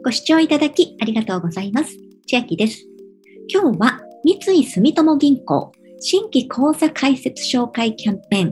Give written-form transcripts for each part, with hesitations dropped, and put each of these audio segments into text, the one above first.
ご視聴いただきありがとうございます。千秋です。今日は三井住友銀行新規口座開設紹介キャンペーン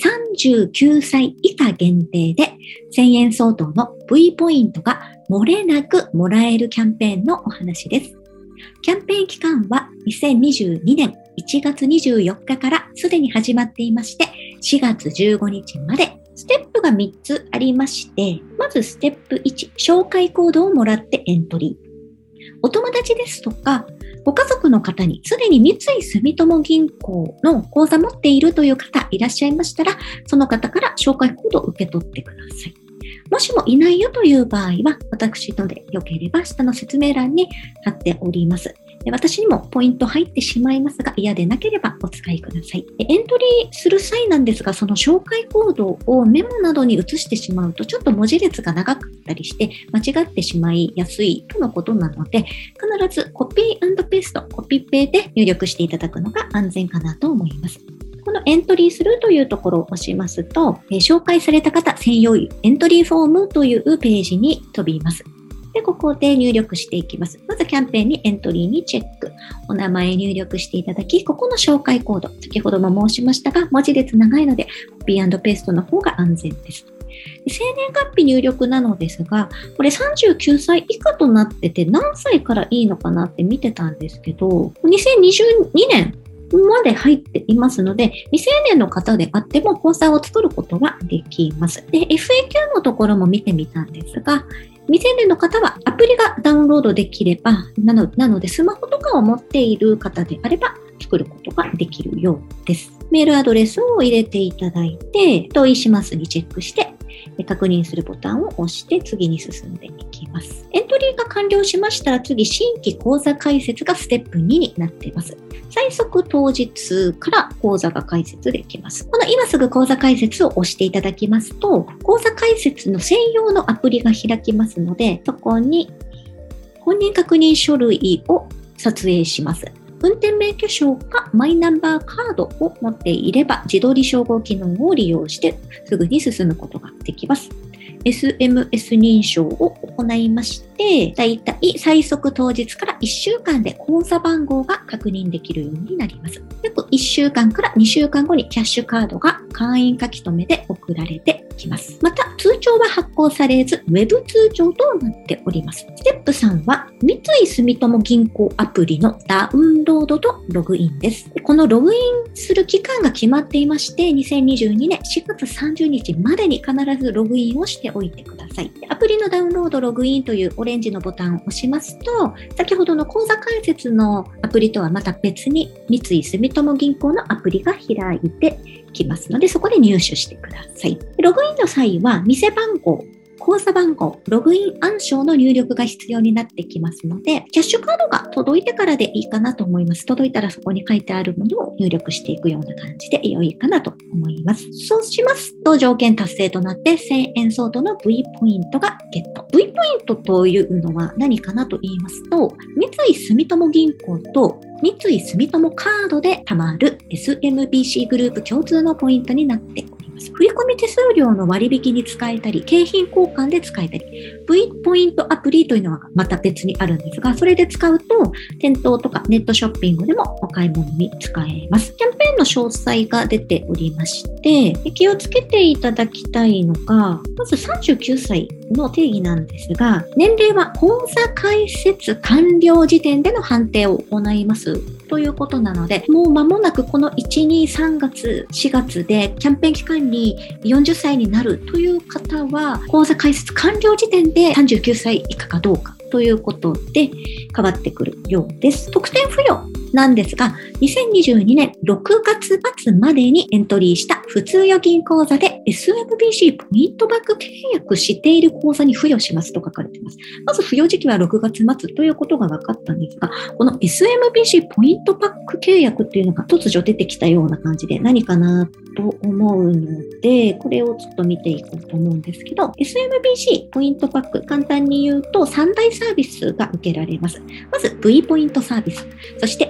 39歳以下限定で1000円相当の V ポイントが漏れなくもらえるキャンペーンのお話です。キャンペーン期間は2022年1月24日からすでに始まっていまして4月15日までステップが3つありまして、まずステップ1、紹介コードをもらってエントリー。お友達ですとか、ご家族の方にすでに三井住友銀行の口座持っているという方いらっしゃいましたら、その方から紹介コードを受け取ってください。もしもいないよという場合は、私のでよければ下の説明欄に貼っております。私にもポイント入ってしまいますが、嫌でなければお使いください。エントリーする際なんですが、その紹介コードをメモなどに移してしまうと、ちょっと文字列が長かったりして、間違ってしまいやすいとのことなので、必ずコピー&ペースト、コピペで入力していただくのが安全かなと思います。このエントリーするというところを押しますと、紹介された方専用エントリーフォームというページに飛びます。で、ここで入力していきます。まずキャンペーンにエントリーにチェック。お名前入力していただき、ここの紹介コード。先ほども申しましたが、文字列長いので、コピー&ペーストの方が安全です。生年月日入力なのですが、これ39歳以下となってて何歳からいいのかなって見てたんですけど、2022年まで入っていますので、未成年の方であっても口座を作ることができます。で、FAQ のところも見てみたんですが、未成年の方はアプリがダウンロードできれば、なのでスマホとかを持っている方であれば作ることができるようです。メールアドレスを入れていただいて、同意しますにチェックして、確認するボタンを押して次に進んでいきます。エントリーが完了しましたら次、新規口座開設がステップ2になっています。最速当日から口座が開設できます。この今すぐ口座開設を押していただきますと、口座開設の専用のアプリが開きますので、そこに本人確認書類を撮影します。運転免許証かマイナンバーカードを持っていれば自動履照合機能を利用してすぐに進むことができます。SMS 認証を行いまして、だいたい最速当日から1週間で口座番号が確認できるようになります。約1週間から2週間後にキャッシュカードが会員書き留めで送られてきます。また、通帳は発行されず、ウェブ通帳となっております。ステップ3は、三井住友銀行アプリのダウンロードとログインです。このログインする期間が決まっていまして、2022年4月30日までに必ずログインをしておいてください。アプリのダウンロード、ログインというオレンジのボタンを押しますと、先ほどの口座開設のアプリとはまた別に三井住友銀行のアプリが開いてきますので、そこで入手してください。ログインの際は、店番号、口座番号、ログイン暗証の入力が必要になってきますので、キャッシュカードが届いてからでいいかなと思います。届いたらそこに書いてあるものを入力していくような感じで良いかなと思います。そうしますと条件達成となって1000円相当の V ポイントがゲット。V ポイントというのは何かなと言いますと、三井住友銀行と三井住友カードで貯まる SMBC グループ共通のポイントになっております。振込手数料の割引に使えたり、景品交換で使えたり、V ポイントアプリというのはまた別にあるんですが、それで使うと、店頭とかネットショッピングでもお買い物に使えます。キャンペーンの詳細が出ておりまして、気をつけていただきたいのが、まず39歳の定義なんですが、年齢は口座開設完了時点での判定を行いますということなので、もう間もなくこの1、2、3月、4月でキャンペーン期間に40歳になるという方は、口座開設完了時点で39歳以下かどうかということで変わってくるようです。特典付与なんですが、2022年6月末までにエントリーした普通預金口座で SMBC ポイントバック契約している口座に付与しますと書かれています。まず付与時期は6月末ということが分かったんですが、この SMBC ポイントバック契約っていうのが突如出てきたような感じで何かなと思うので、これをちょっと見ていこうと思うんですけど、SMBC ポイントバック、簡単に言うと3大サービスが受けられます。まず V ポイントサービス、そして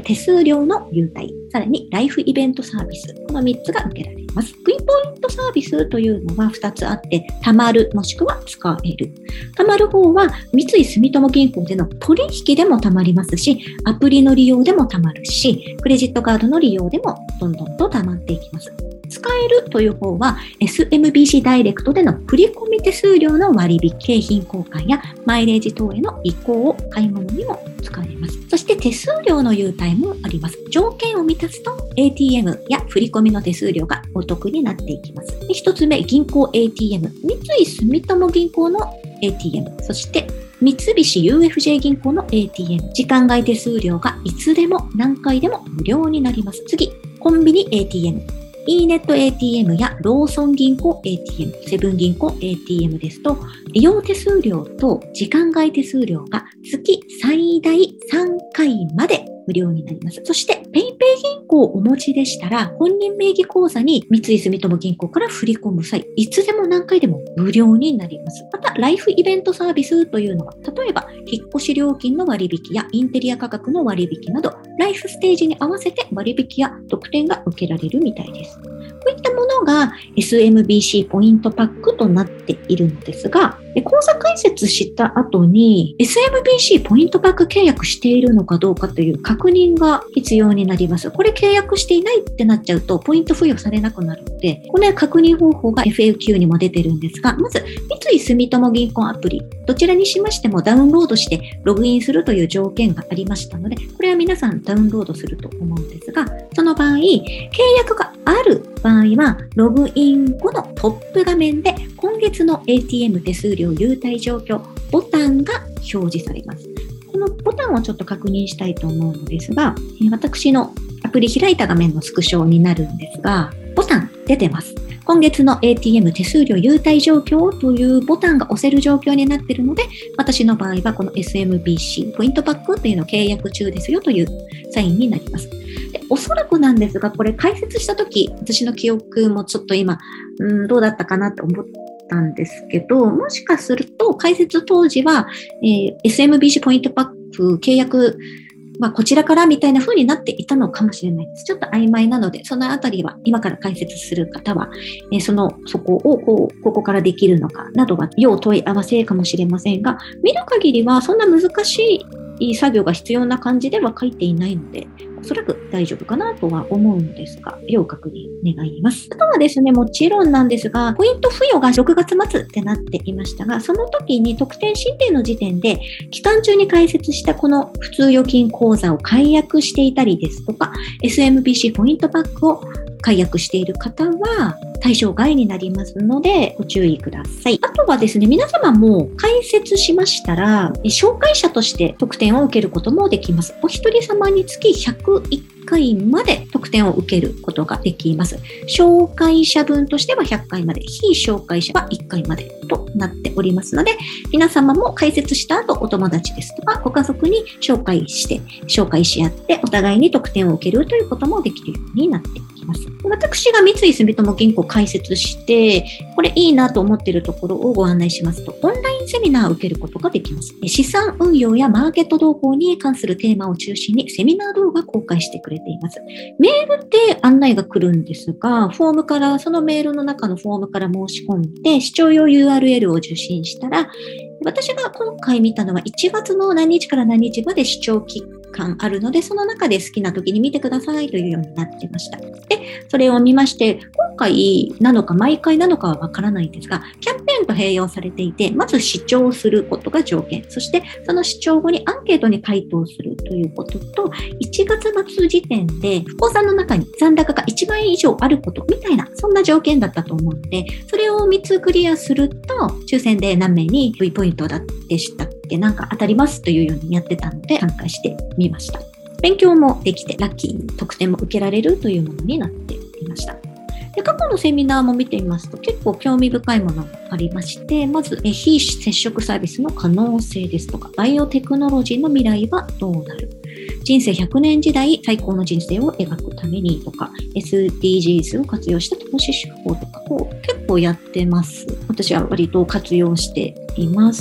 手数料の優待、さらにライフイベントサービス、この3つが受けられます。Vポイントサービスというのは2つあって、貯まるもしくは使える。貯まる方は三井住友銀行での取引でも貯まりますし、アプリの利用でも貯まるし、クレジットカードの利用でもどんどんと貯まっていきます。使えるという方は SMBC ダイレクトでの振込手数料の割引、景品交換やマイレージ等への移行を買い物にも使えます。そして手数料の優待もあります。条件を満たすと ATM や振込の手数料がお得になっていきます。一つ目、銀行 ATM。三井住友銀行の ATM。そして三菱 UFJ 銀行の ATM。時間外手数料がいつでも何回でも無料になります。次、コンビニ ATM。e ネット ATM やローソン銀行 ATM、セブン銀行 ATM ですと、利用手数料と時間外手数料が月最大3回まで無料になります。そして、PayPay 銀行をお持ちでしたら、本人名義口座に三井住友銀行から振り込む際、いつでも何回でも無料になります。また、ライフイベントサービスというのは、例えば、引っ越し料金の割引やインテリア価格の割引など、ライフステージに合わせて割引や特典が受けられるみたいです。こういったものが SMBC ポイントパックとなっているのですが、口座開設した後に SMBC ポイントパック契約しているのかどうかという確認が必要になります。これ契約していないってなっちゃうとポイント付与されなくなるので、この確認方法が FAQ にも出てるんですが、まず三井住友銀行アプリ、どちらにしましてもダウンロードしてログインするという条件がありましたので、これは皆さんダウンロードすると思うんですが、その場合、契約がある場合は、ログイン後のトップ画面で今月の ATM 手数料優待状況ボタンが表示されます。このボタンをちょっと確認したいと思うのですが、私のアプリ開いた画面のスクショになるんですが、ボタン出てます。今月の ATM 手数料優待状況というボタンが押せる状況になっているので、私の場合はこの SMBC ポイントパックというのを契約中ですよというサインになります。で、おそらくなんですが、これ解説したとき、私の記憶もちょっと今、どうだったかなと思ったんですけど、もしかすると解説当時は、SMBC ポイントパック契約こちらからみたいな風になっていたのかもしれないです。ちょっと曖昧なので、そのあたりは今から解説する方は、そこをここからできるのかなどは要問い合わせかもしれませんが、見る限りはそんな難しい作業が必要な感じでは書いていないので、おそらく大丈夫かなとは思うのですが、要確認願います。あとはですね、もちろんなんですが、ポイント付与が6月末ってなっていましたが、その時に特典申請の時点で、期間中に開設したこの普通預金口座を解約していたりですとか、SMBC ポイントパックを解約している方は対象外になりますのでご注意ください。あとはですね、皆様も開設しましたら、紹介者として特典を受けることもできます。お一人様につき101回まで特典を受けることができます。紹介者分としては100回まで、非紹介者は1回までとなっておりますので、皆様も開設した後、お友達ですとかご家族に紹介し合ってお互いに特典を受けるということもできるようになっています。私が三井住友銀行を開設して、これいいなと思っているところをご案内しますと、オンラインセミナーを受けることができます。資産運用やマーケット動向に関するテーマを中心にセミナー動画を公開してくれています。メールで案内が来るんですが、そのメールの中のフォームから申し込んで、視聴用 URL を受信したら、私が今回見たのは1月の何日から何日まで視聴期間あるので、その中で好きな時に見てくださいというようになってました。で、それを見まして、今回なのか毎回なのかはわからないんですが、キャンペーンと併用されていて、まず視聴することが条件、そしてその視聴後にアンケートに回答するということと、1月末時点で口座の中に残高が1万円以上あることみたいな、そんな条件だったと思うので、それを3つクリアすると、抽選で何名に V ポイントでしたっけ、なんか当たりますというようにやってたので参加してみました。勉強もできてラッキーに特典も受けられるというものになっていました。で、過去のセミナーも見てみますと結構興味深いものがありまして、まず非接触サービスの可能性ですとか、バイオテクノロジーの未来はどうなる、人生100年時代最高の人生を描くためにとか、 SDGs を活用した投資手法とか結構やってます。私は割と活用しています。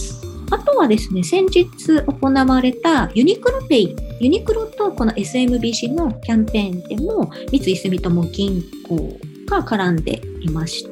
あとはですね、先日行われたユニクロペイ、ユニクロとこの SMBC のキャンペーンでも三井住友銀行が絡んでいまして、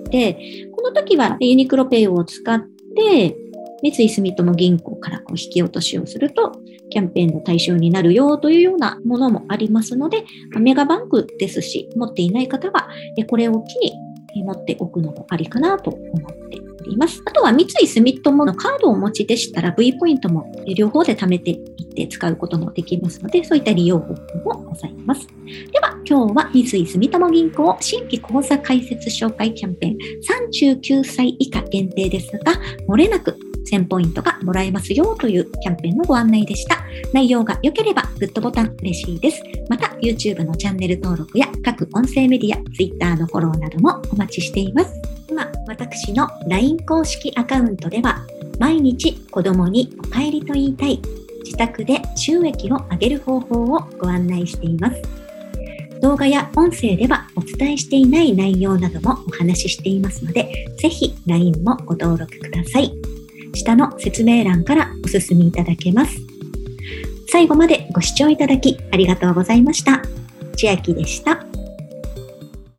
この時はユニクロペイを使って三井住友銀行から引き落としをするとキャンペーンの対象になるよというようなものもありますので、メガバンクですし、持っていない方はこれを機に持っておくのもありかなと思っております。あとは三井住友のカードをお持ちでしたら V ポイントも両方で貯めていって使うこともできますので、そういった利用方法もございます。では今日は三井住友銀行新規口座開設紹介キャンペーン39歳以下限定ですが、漏れなく1000ポイントがもらえますよというキャンペーンのご案内でした。内容が良ければグッドボタン嬉しいです。また YouTube のチャンネル登録や各音声メディア、Twitter のフォローなどもお待ちしています。今、私の LINE 公式アカウントでは毎日子供にお帰りと言いたい、自宅で収益を上げる方法をご案内しています。動画や音声ではお伝えしていない内容などもお話ししていますので、ぜひ LINE もご登録ください。下の説明欄からお進みいただけます。最後までご視聴いただきありがとうございました。千秋でした。